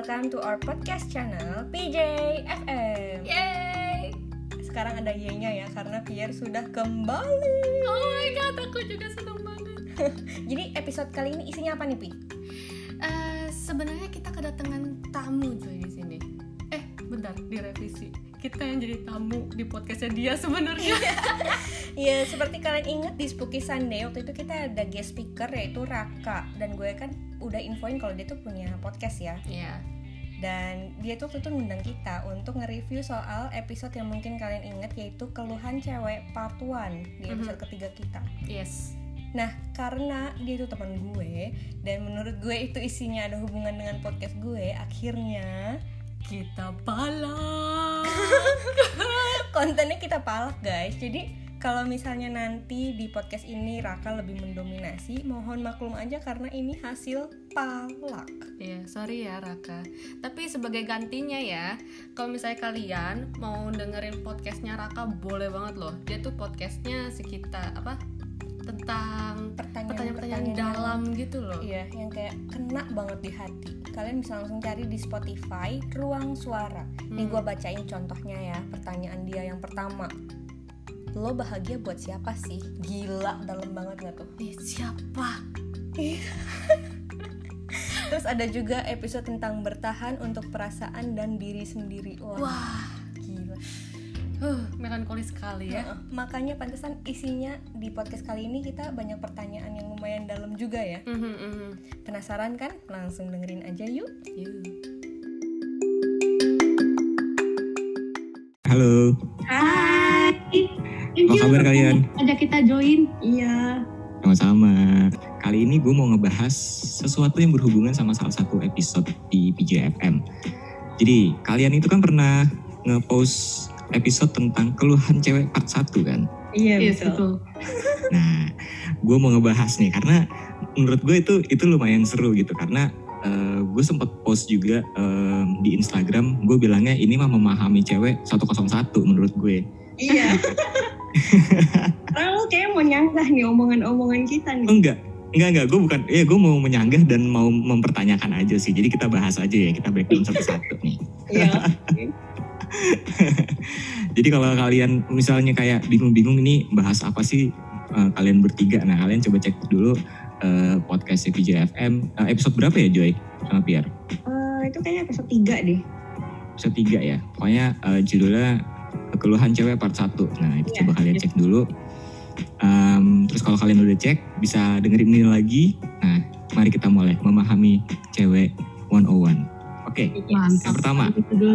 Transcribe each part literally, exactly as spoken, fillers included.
welcome to our podcast channel P J F M. Yeay. Sekarang ada Y-nya ya, karena Pierre sudah kembali. Oh my god, aku juga senang banget. Jadi episode kali ini isinya apa nih, Pi? Uh, sebenarnya kita kedatangan tamu Joy di sini. Eh, bentar, direvisi. Kita yang jadi tamu di podcastnya dia sebenarnya. Ya, seperti kalian ingat di Spooky Sunday waktu itu kita ada guest speaker yaitu Raka, dan gue kan udah infoin kalau dia tuh punya podcast ya. Iya. Yeah. Dan dia tuh waktu itu ngundang kita untuk nge-review soal episode yang mungkin kalian ingat, yaitu Keluhan Cewek Part satu di episode mm-hmm. ketiga kita. Yes. Nah, karena dia itu teman gue dan menurut gue itu isinya ada hubungan dengan podcast gue, akhirnya kita palak. Kontennya kita palak, guys. Jadi kalau misalnya nanti di podcast ini Raka lebih mendominasi, mohon maklum aja karena ini hasil palak. Iya, sorry ya Raka. Tapi sebagai gantinya ya, kalau misalnya kalian mau dengerin podcastnya Raka, boleh banget loh. Dia tuh podcastnya sekitar apa? Tentang pertanyaan-pertanyaan dalam gitu loh. Iya, yang kayak kena banget di hati. Kalian bisa langsung cari di Spotify Ruang Suara. hmm. Nih gue bacain contohnya ya. Pertanyaan dia yang pertama, lo bahagia buat siapa sih? Gila, dalam banget gak tuh? Eh, siapa? Terus ada juga episode tentang bertahan untuk perasaan dan diri sendiri. Wah, Wah. Gila. Uh, melankolis sekali ya. Nah, makanya pantesan isinya di podcast kali ini kita banyak pertanyaan yang lumayan dalam juga ya. Mm-hmm, mm-hmm. Penasaran kan? Langsung dengerin aja yuk. Yuk. Halo. Hai. Apa kabar kalian? Ajak kita join. Iya. Sama-sama. Kali ini gue mau ngebahas sesuatu yang berhubungan sama salah satu episode di P J F M. Jadi kalian itu kan pernah nge-post episode tentang Keluhan Cewek Part satu kan? Iya, yes, betul. Nah, gue mau ngebahas nih karena menurut gue itu itu lumayan seru gitu, karena uh, gue sempat post juga um, di Instagram. Gue bilangnya ini mah memahami cewek seratus satu menurut gue. Iya. Karena lo kayak mau nyanggah nih omongan-omongan kita nih. Enggak, enggak, enggak. Gue bukan, ya gue mau menyanggah dan mau mempertanyakan aja sih. Jadi kita bahas aja ya, kita breakdown satu-satu nih. Iya. Jadi kalau kalian misalnya kayak bingung-bingung ini bahas apa sih uh, kalian bertiga, nah kalian coba cek dulu uh, podcast P J F M. Uh, episode berapa ya Joy sama Pierre? Uh, itu kayaknya episode tiga deh. Episode tiga ya. Pokoknya uh, judulnya Keluhan Cewek Part satu. Nah itu yeah, coba kalian yeah. cek dulu. Um, terus kalau kalian udah cek, bisa dengerin ini lagi. Nah mari kita mulai memahami cewek seratus satu. Oke, okay. Yang pertama.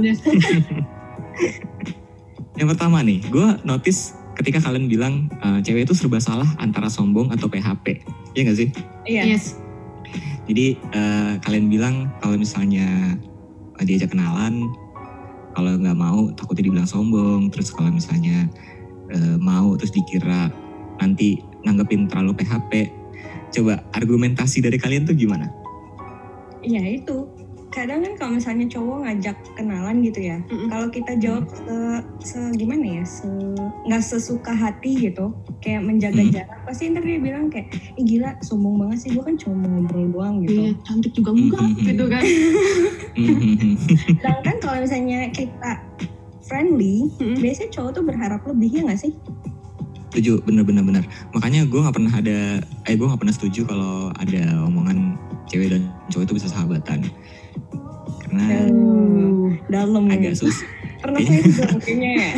Yang pertama nih, gue notice ketika kalian bilang uh, cewek itu serba salah antara sombong atau P H P, iya nggak sih? Iya. Yes. Jadi uh, kalian bilang kalau misalnya uh, diajak kenalan, kalau nggak mau takutnya dibilang sombong, terus kalau misalnya uh, mau terus dikira nanti nanggepin terlalu P H P. Coba argumentasi dari kalian tuh gimana? Iya itu. Kadang kan kalau misalnya cowok ngajak kenalan gitu ya, mm-hmm. kalau kita jawab se, se gimana ya, se nggak sesuka hati gitu, kayak menjaga mm-hmm. jarak, pasti ntar dia bilang kayak, ih gila sombong banget sih, gue kan cuma mau ngobrol doang gitu. Iya, cantik juga enggak mm-hmm. gitu kan. Mm-hmm. Sedangkan kalau misalnya kita friendly, mm-hmm. biasanya cowok tuh berharap lebih, ya nggak sih? Setuju, bener-bener bener. Makanya gue nggak pernah ada, eh gue nggak pernah setuju kalau ada omongan cewek dan cowok itu bisa sahabatan. Karena uh, dalam agak susah. Pernah saya juga mungkinnya ya.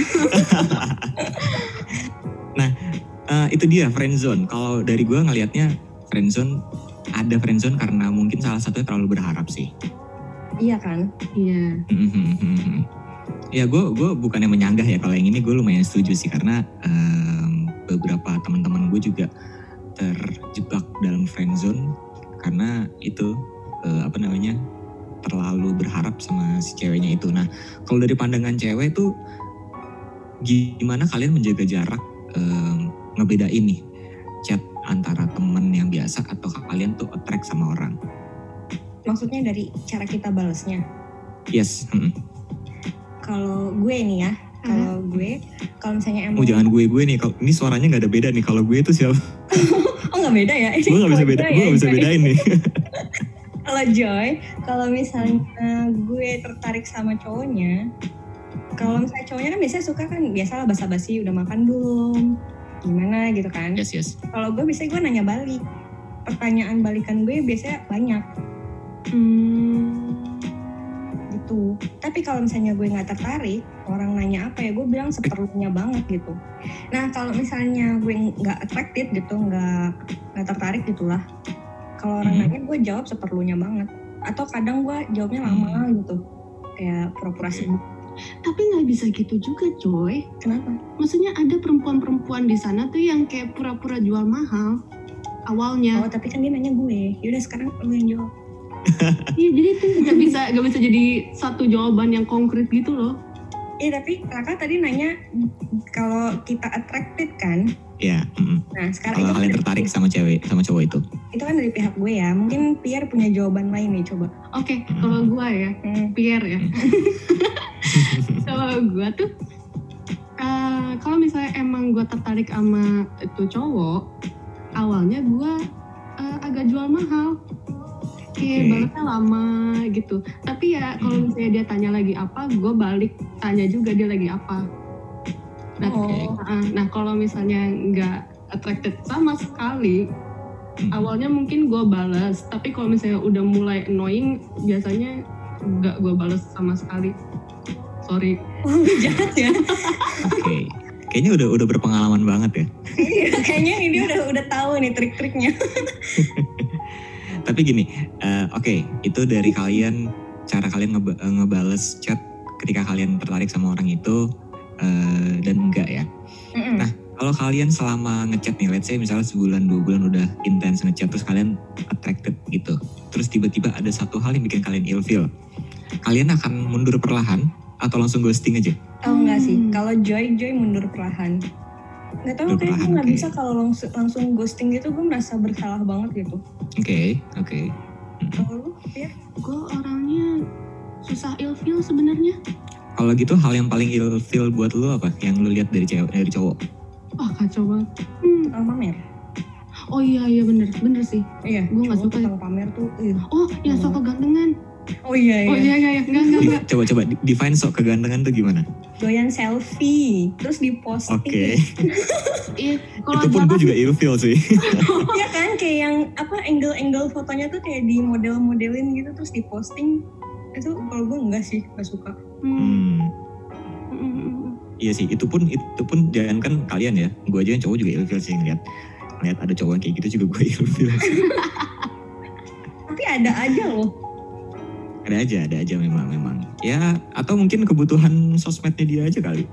Nah uh, itu dia friendzone. Kalau dari gue ngelihatnya friendzone, ada friendzone karena mungkin salah satunya terlalu berharap sih. Iya kan? Iya. Mm-hmm. Ya gue gue bukannya menyanggah ya, kalau yang ini gue lumayan setuju sih, karena um, beberapa teman-teman gue juga terjebak dalam friendzone karena itu uh, apa namanya terlalu berharap sama si ceweknya itu. Nah kalau dari pandangan cewek tuh gimana kalian menjaga jarak, um, ngebedain nih chat antara temen yang biasa atau kalian tuh attract sama orang? Maksudnya dari cara kita balesnya? Yes. Hmm. Kalau gue nih ya, kalau gue, kalau misalnya emang... Oh jangan gue-gue nih, kalau ini suaranya gak ada beda nih, kalau gue itu siapa? Oh gak beda ya? Gue gak bisa beda, gue gak bisa bedain nih. Kalau Joy, kalau misalnya gue tertarik sama cowoknya, kalau misalnya cowoknya kan biasanya suka kan biasalah basa-basi, udah makan belum, gimana gitu kan. Yes, yes. Kalau gue biasanya gue nanya balik, pertanyaan balikan gue biasanya banyak. Hmm. Gitu. Tapi kalau misalnya gue nggak tertarik, orang nanya apa ya gue bilang seperlunya banget gitu. Nah kalau misalnya gue nggak attracted gitu, nggak nggak tertarik gitulah. Kalau orang Hmm. nanya gue jawab seperlunya banget. Atau kadang gue jawabnya lama gitu, kayak pura-pura sibuk. Tapi nggak bisa gitu juga, Joy. Kenapa? Maksudnya ada perempuan-perempuan di sana tuh yang kayak pura-pura jual mahal awalnya. Oh tapi kan dia nanya gue. Yaudah sekarang lu yang jawab. Iya, jadi itu nggak bisa nggak bisa jadi satu jawaban yang konkret gitu loh. Iya tapi Raka tadi nanya kalau kita attracted kan. Ya, mm-mm. Nah sekarang Kalau itu kalian kan- tertarik sama cewek, sama cowok itu. itu kan dari pihak gue ya. Mungkin Pierre punya jawaban lain nih, coba. Oke, kalau gua ya, Hmm. Pierre ya. Kalau gua tuh, eh, kalau misalnya emang gua tertarik sama itu cowok, awalnya gua eh, agak jual mahal. Kayak Oke. balasnya lama gitu. Tapi ya kalau Hmm. misalnya dia tanya lagi apa, gua balik tanya juga dia lagi apa. Nah, Oh. Nah, nah kalau misalnya nggak attracted sama sekali, Hmm. awalnya mungkin gue balas. Tapi kalau misalnya udah mulai annoying, biasanya nggak gue balas sama sekali. Sorry. Oh, jahat ya. Oke. Kayaknya udah udah berpengalaman banget ya. Iya, kayaknya ini dia udah udah tahu nih trik-triknya. Tapi gini, eh, oke, itu dari kalian, cara kalian ngeba- eh, ngebales chat ketika kalian tertarik sama orang itu eh, dan enggak ya. Mm-mm. Nah, kalau kalian selama ngechat nih, let's say misalnya sebulan dua bulan udah intens ngechat terus kalian attracted gitu, terus tiba-tiba ada satu hal yang bikin kalian ilfeel, kalian akan mundur perlahan atau langsung ghosting aja? Oh enggak sih, Hmm. kalau Joy Joy mundur perlahan. Nggak tahu Mundur kayak gue perlahan, nggak oke. bisa kalau langsung langsung ghosting gitu, gue merasa bersalah banget gitu. Oke, oke. Kalau lu, Pierre? Gue orangnya susah ilfeel sebenarnya. Kalau gitu hal yang paling ilfeel buat lu apa? Yang lu lihat dari cewek, dari cowok? Wah kacau banget. Hmm. Tukang pamer. Oh iya iya bener bener sih. Iya, Gue nggak cowok suka. tukang pamer tuh. ih. Oh yang sok kegantengan. Oh iya Oh iya. iya iya iya enggak enggak enggak. Coba-coba di- define sok kegantengan tuh gimana? Doyan selfie, terus diposting. Oke, Iya kalau itu pun gue apa- juga ilfeel sih. Iya kan, kayak yang apa angle-angle fotonya tuh kayak di model-modelin gitu terus diposting. Itu kalau gue enggak sih, nggak suka. Hmm. Hmm. Hmm, hmm, hmm. Iya sih, itu pun itu pun jangan kan kalian ya, gue aja yang cowok juga ilfeel sih ngeliat ngeliat ada cowok yang kayak gitu juga gue ilfeel sih. Tapi ada aja loh. Ada aja, ada aja memang memang. Ya atau mungkin kebutuhan sosmednya dia aja kali.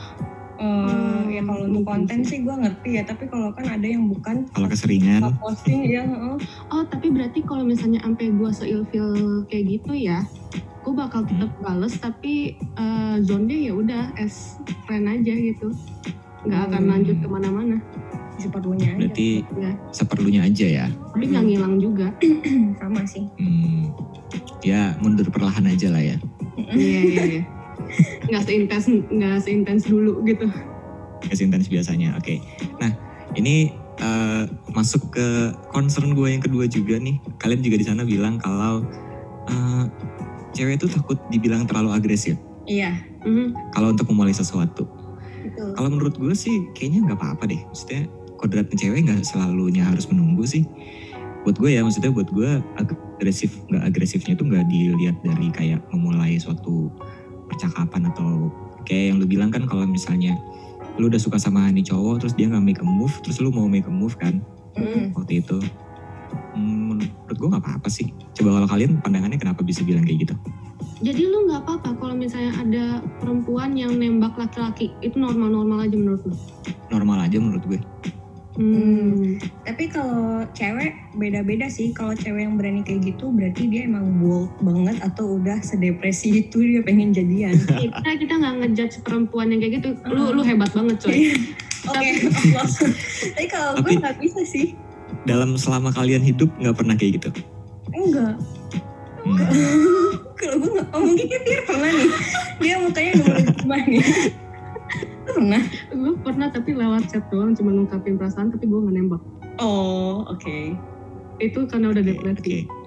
Eh, ya kalau untuk mungkin konten sih. sih gue ngerti ya, tapi kalau kan ada yang bukan Kalau keseringan, nggak posting ya, heeh. Oh tapi berarti kalau misalnya sampai gue seilfil kayak gitu ya, gue bakal tetap bales tapi eh, zone-nya ya udah as friend aja gitu, nggak akan Hmm. lanjut kemana-mana. seperlunya aja. berarti Ya. seperlunya aja ya. Tapi nggak Hmm. ngilang juga. Sama sih. Hmm, ya mundur perlahan aja lah ya. Iya iya iya. Nggak seintens nggak seintens dulu gitu. Gak intens biasanya. Oke. Nah, ini eh, masuk ke concern gue yang kedua juga nih. Kalian juga di sana bilang kalau eh, cewek itu takut dibilang terlalu agresif Iya, Mhm. kalau untuk memulai sesuatu. betul. Kalau menurut gue sih kayaknya nggak apa-apa deh. Maksudnya kodratnya cewek nggak selalunya harus menunggu sih. Buat gue ya, maksudnya buat gue agresif nggak agresifnya itu nggak dilihat dari kayak memulai suatu percakapan atau kayak yang lu bilang kan kalau misalnya lu udah suka sama nih cowok terus dia nggak make a move terus lu mau make a move kan Mm. waktu itu. Hmm, menurut gue nggak apa-apa sih. Coba kalau kalian pandangannya kenapa bisa bilang kayak gitu? Jadi lu nggak apa-apa kalau misalnya ada perempuan yang nembak laki-laki, itu normal-normal aja menurut lu? Normal aja menurut gue. Hmm. Tapi kalau cewek beda-beda sih. Kalau cewek yang berani kayak gitu berarti dia emang bold banget atau udah sedepresi itu dia pengen jadian. Kita kita nggak ngejudge perempuan yang kayak gitu. Lu lu hebat banget coy. Oke, tapi kalau gue Tapi- nggak bisa sih. Dalam selama kalian hidup nggak pernah kayak gitu? Enggak. Hmm. Kalau gue nggak, oh mungkin dia pernah nih. Dia mukanya udah mulai berubah nih. Lu pernah? Gue pernah tapi lewat chat doang, cuma ngungkapin perasaan tapi gue nggak nembak. Oh, oke. Itu karena udah Oke, depresi. oke.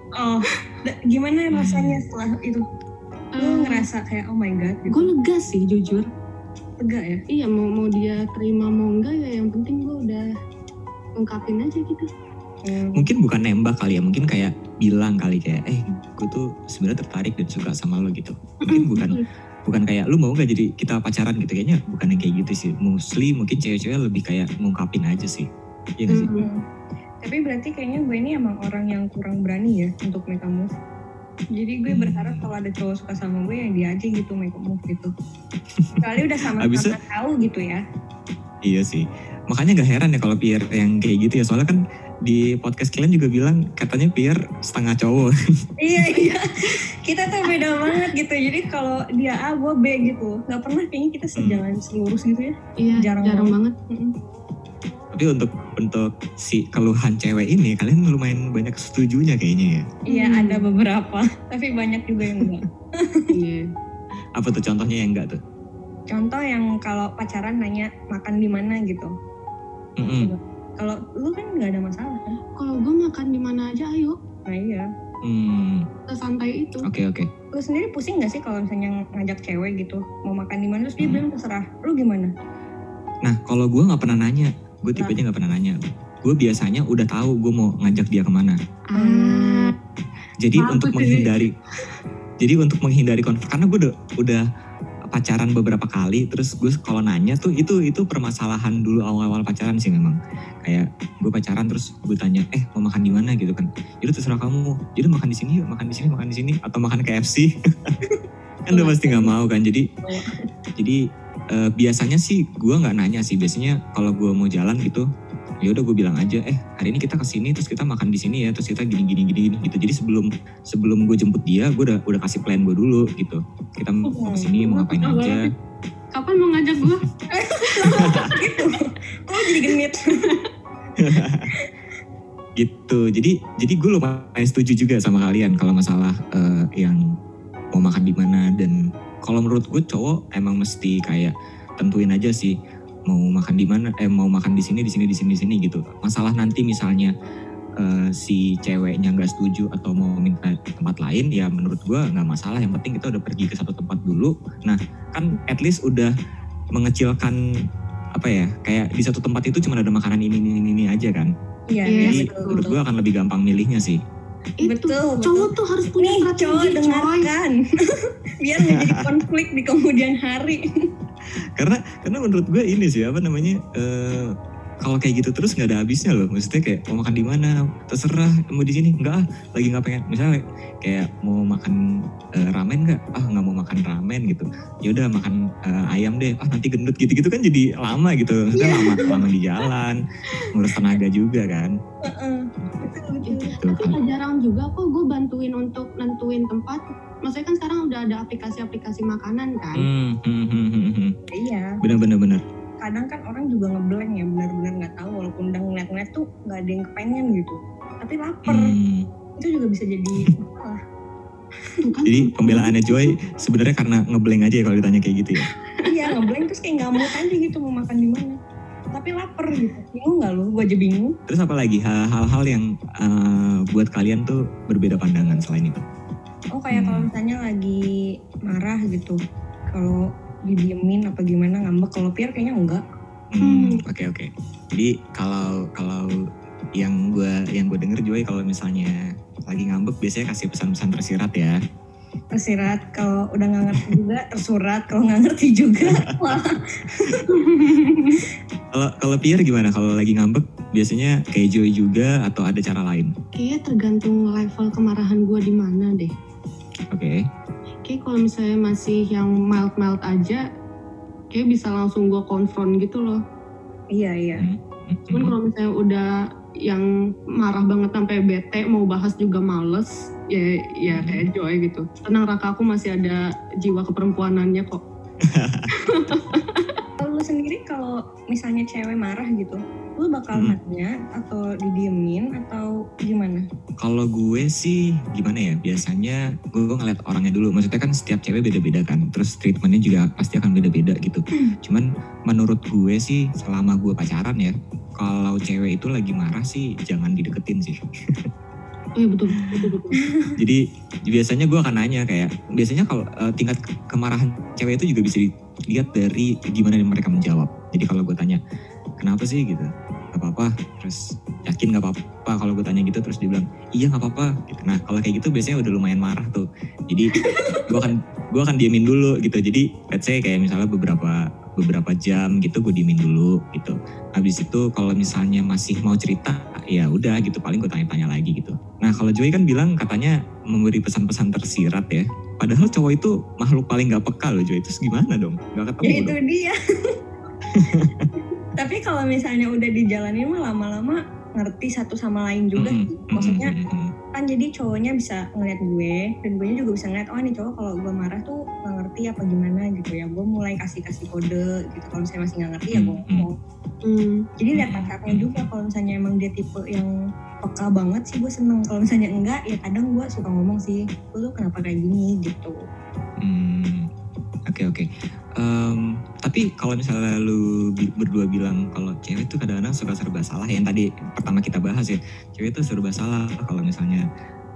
Oh, da- gimana rasanya setelah itu? Lu Eh, ngerasa kayak oh my god gitu? gue lega sih jujur. Lega ya? Iya, mau mau dia terima mau enggak ya yang penting gue udah ungkapin aja gitu. Hmm. Mungkin bukan nembak kali ya, mungkin kayak bilang kali kayak eh gue tuh sebenarnya tertarik dan suka sama lo gitu. Mungkin bukan bukan kayak lu mau nggak jadi kita pacaran gitu, kayaknya bukan yang kayak gitu sih. Mostly mungkin cewek-cewek lebih kayak ngungkapin aja sih. Iya nggak sih? Mm-mm. Hmm. Tapi berarti kayaknya gue ini emang orang yang kurang berani ya untuk make a move. Jadi gue Hmm. berharap kalau ada cowok suka sama gue yang dia aja gitu make a move gitu. Kali udah Abisnya- sama-sama tahu gitu ya. Iya sih. Makanya gak heran ya kalau Pierre yang kayak gitu ya. Soalnya kan di podcast kalian juga bilang katanya Pierre setengah cowok. Iya iya. Kita tuh beda banget gitu. Jadi kalau dia A, gue B gitu. Gak pernah kayaknya kita sejalan selurus gitu ya. Iya, Jarang jarang, banget. Mm-mm. Tapi untuk untuk si keluhan cewek ini kalian lumayan banyak setujunya kayaknya ya. Iya Hmm. ada beberapa. Tapi banyak juga yang enggak. Iya. Apa tuh contohnya yang enggak tuh? Contoh yang kalau pacaran nanya makan di mana gitu. Mm-mm. Kalau lu kan nggak ada masalah kan? Kalau gue makan di mana aja, ayo. Nah iya. Hmm, Sesantai itu. oke oke. Lu sendiri pusing nggak sih kalau misalnya ngajak cewek gitu mau makan di mana terus dia Hmm. bilang terserah. Lu gimana? Nah kalau gue nggak pernah nanya, gue tipenya nggak pernah nanya. Gue biasanya udah tahu gue mau ngajak dia kemana. Ah, Jadi Bagus untuk sih. menghindari, jadi untuk menghindari konflik, karena gue udah udah pacaran beberapa kali, terus gue kalau nanya tuh itu itu permasalahan dulu awal-awal pacaran sih memang. Kayak gue pacaran terus gue tanya, eh mau makan di mana gitu kan? Jadi terserah kamu. Jadi makan di sini yuk, makan di sini, makan di sini, atau makan K F C. Kan udah pasti nggak mau kan. Jadi jadi eh, biasanya sih gue nggak nanya sih. Biasanya kalau gue mau jalan gitu, ya udah gue bilang aja, eh hari ini kita kesini terus kita makan di sini ya, terus kita gini gini gini gini gitu. Jadi sebelum sebelum gue jemput dia, gue udah udah kasih plan gue dulu gitu. Kita mau kesini mau ngapain Oh, aja. kapan mau ngajak gue? Gitu. Kok lu jadi genit? Gitu. Jadi jadi gue lumayan setuju juga sama kalian kalau masalah eh, yang mau makan di mana. Dan kalau menurut gue cowok emang mesti kayak tentuin aja sih mau makan di mana, eh mau makan di sini di sini di sini di sini gitu. Masalah nanti misalnya eh, si ceweknya nggak setuju atau mau minta tempat lain, ya menurut gue nggak masalah. Yang penting kita udah pergi ke satu tempat dulu. Nah kan at least udah mengecilkan apa ya, kayak di satu tempat itu cuma ada makanan ini ini ini, ini aja kan. Iya, Iya, iya, Jadi betul, menurut betul. gue akan lebih gampang milihnya sih. Itu Betul, cowok betul. tuh harus punya Nih cowok strategi, coy. dengarkan. Biar nggak jadi konflik di kemudian hari. Karena karena menurut gue ini sih apa namanya, eh, kalau kayak gitu terus nggak ada habisnya loh. Maksudnya kayak mau makan di mana terserah, mau di sini enggak ah, lagi nggak pengen. Misalnya kayak mau makan eh, ramen nggak, ah nggak mau makan ramen gitu. Ya udah makan eh, ayam deh, ah nanti gendut gitu-gitu kan jadi lama gitu. Maksudnya lama lama di jalan, ngurus tenaga juga kan. Heeh. Betul betul. Gitu. Tapi gak jarang juga kok gue bantuin untuk nentuin tempat. Maksudnya kan sekarang udah ada aplikasi-aplikasi makanan kan. Hmm, hmm, hmm, hmm, hmm. Iya. Bener-bener bener. Kadang kan orang juga ngeblank ya, benar-benar nggak tahu walaupun udah ngeliat-ngeliat tuh nggak ada yang kepengen gitu. Tapi lapar. Hmm. Itu juga bisa jadi masalah. Tuh kan, Jadi pembelaannya Joy sebenarnya karena ngeblank aja ya kalau ditanya kayak gitu ya. Iya ngeblank terus kayak nggak mau aja gitu mau makan di mana. Tapi lapar gitu. Bingung nggak lu? Gue aja bingung. Terus apa lagi hal-hal yang eh, buat kalian tuh berbeda pandangan selain itu? Oh kayak Hmm. kalau misalnya lagi marah gitu. Kalau didiemin apa gimana ngambek. Kalau Pierre kayaknya enggak. Hmm, oke oke. Jadi kalau kalau yang gue yang gue denger Joy kalau misalnya lagi ngambek biasanya kasih pesan-pesan tersirat ya. Tersirat. Kalau udah nggak ngerti juga tersurat. Kalau nggak ngerti juga. Wah. Kalau kalau Pierre gimana? Kalau lagi ngambek biasanya kayak Joy juga atau ada cara lain? kayaknya tergantung level kemarahan gue di mana deh. Oke. Kayak kalau misalnya masih yang mild-mild aja, kayak bisa langsung gue konfront gitu loh. Iya iya. Hmm, Cuman kalau misalnya udah yang marah banget sampai bete mau bahas juga males, ya ya kayak Joy gitu. Tenang Raka, aku masih ada jiwa keperempuanannya kok. Kalau lu sendiri kalau misalnya cewek marah gitu, lu bakal Hmm. nanya atau didiemin atau gimana? Kalau gue sih gimana ya, biasanya gue ngeliat orangnya dulu. Maksudnya kan setiap cewek beda-beda kan, terus treatmentnya juga pasti akan beda-beda gitu. Cuman menurut gue sih selama gue pacaran ya, kalau cewek itu lagi marah sih jangan dideketin sih. Oh iya betul, betul, betul. Jadi biasanya gue akan nanya kayak, biasanya kalau uh, tingkat kemarahan cewek itu juga bisa dilihat dari gimana mereka menjawab. Jadi kalau gue tanya, kenapa sih gitu? Gak apa-apa. Terus yakin gak apa-apa kalau gue tanya gitu, terus dia bilang iya gak apa-apa gitu. Nah kalau kayak gitu biasanya udah lumayan marah tuh. Jadi gue akan gue akan diemin dulu gitu. Jadi let's say kayak misalnya beberapa beberapa jam gitu gue diemin dulu gitu. Habis itu kalau misalnya masih mau cerita, ya udah gitu, paling gue tanya-tanya lagi gitu. Nah kalau Joy kan bilang katanya memberi pesan-pesan tersirat ya. Padahal cowok itu makhluk paling gak peka loh Joy. Itu gimana dong? Gak ketemu Ya dong. itu dia. Tapi kalau misalnya udah dijalanin mah lama-lama ngerti satu sama lain juga Mm-mm, sih. Maksudnya mm-mm, kan jadi cowoknya bisa ngeliat gue dan gue juga bisa ngeliat, oh nih cowok kalau gue marah tuh gak ngerti apa gimana gitu ya. Gue mulai kasih-kasih kode gitu. Kalau misalnya masih gak ngerti ya gue ngomong. Hmm. Jadi lihat pacarnya juga, kalau misalnya emang dia tipe yang peka banget sih gue seneng. Kalau misalnya enggak ya kadang gue suka ngomong sih, lu tuh kenapa kayak gini gitu. Hmm, oke oke. Um, tapi kalau misalnya lu bi- berdua bilang kalau cewek tuh kadang-kadang suka serba salah, yang tadi pertama kita bahas ya, cewek tuh serba salah kalau misalnya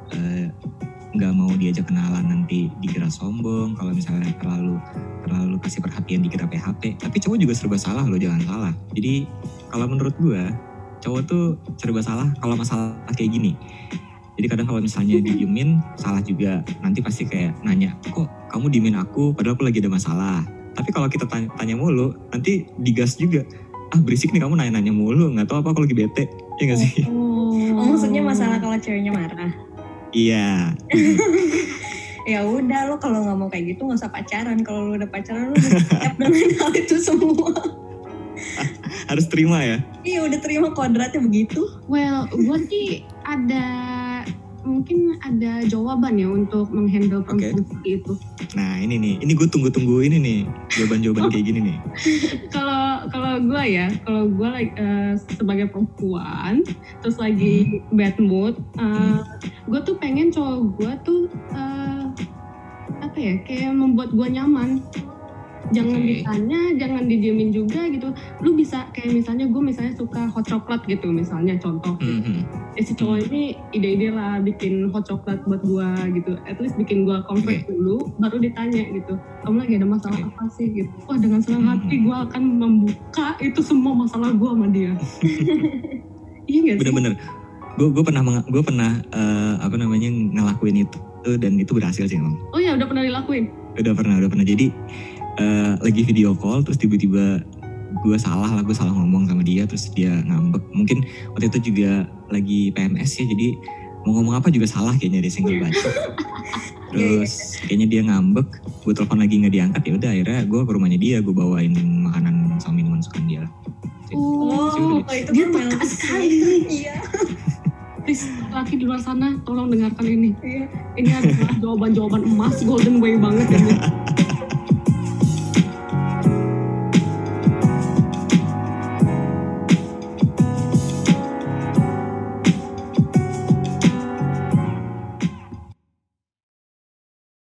nggak uh, mau diajak kenalan nanti dikira sombong, kalau misalnya terlalu terlalu kasih perhatian dikira P H P. Tapi cowok juga serba salah loh, jangan salah. Jadi kalau menurut gua cowok tuh serba salah kalau masalah kayak gini. Jadi kadang kalau misalnya didiemin salah juga, nanti pasti kayak nanya, kok kamu diemin aku padahal aku lagi ada masalah. Tapi kalau kita tanya, tanya mulu, nanti digas juga. Ah berisik nih kamu nanya-nanya mulu, nggak tahu apa aku lagi bete, ya nggak sih? Oh. Oh maksudnya masalah kalau ceweknya marah. Iya. Ya udah, lo kalau nggak mau kayak gitu nggak usah pacaran. Kalau lo udah pacaran lo udah siap dengan hal itu semua. Harus terima ya. Iya udah terima kodratnya begitu. Well, gue sih ada mungkin ada jawaban ya untuk menghandle perempuan Oke. seperti itu. Nah ini nih, ini gue tunggu-tunggu ini nih, jawaban-jawaban kayak gini nih. Kalau kalau gue ya, kalau gue uh, sebagai perempuan terus lagi bad mood, uh, gue tuh pengen cowok gue tuh uh, apa ya, kayak membuat gue nyaman. Jangan Oke. ditanya, jangan didiemin juga gitu. Lu bisa kayak misalnya gue misalnya suka hot coklat gitu misalnya contoh. Mhm. Eh si cowok ini ide-ide lah bikin hot coklat buat gue gitu. At least bikin gue comfort Oke. dulu, baru ditanya gitu. Kamu lagi ada masalah Oke. apa sih gitu. Wah dengan senang Hmm. hati gue akan membuka itu semua masalah gue sama dia. Iya gak sih? Bener-bener. Gue gue pernah meng- gue pernah eh, apa namanya ngelakuin itu dan itu berhasil sih emang. Oh ya udah pernah dilakuin? Udah pernah, udah pernah. Jadi eh, lagi video call terus tiba-tiba gue salah lah, gue salah ngomong sama dia terus dia ngambek. Mungkin waktu itu juga lagi P M S ya, jadi mau ngomong apa juga salah kayaknya dia senggol bacok. Terus kayaknya dia ngambek, gue telepon lagi nggak diangkat, ya udah akhirnya gue ke rumahnya dia, gue bawain makanan sama minuman kesukaan dia lah. Oh, Oh, kalau itu dia kan peka males sekali. sih. Iya. Please laki di luar sana tolong dengarkan ini. Iya. Ini adalah jawaban-jawaban emas, golden way banget ini.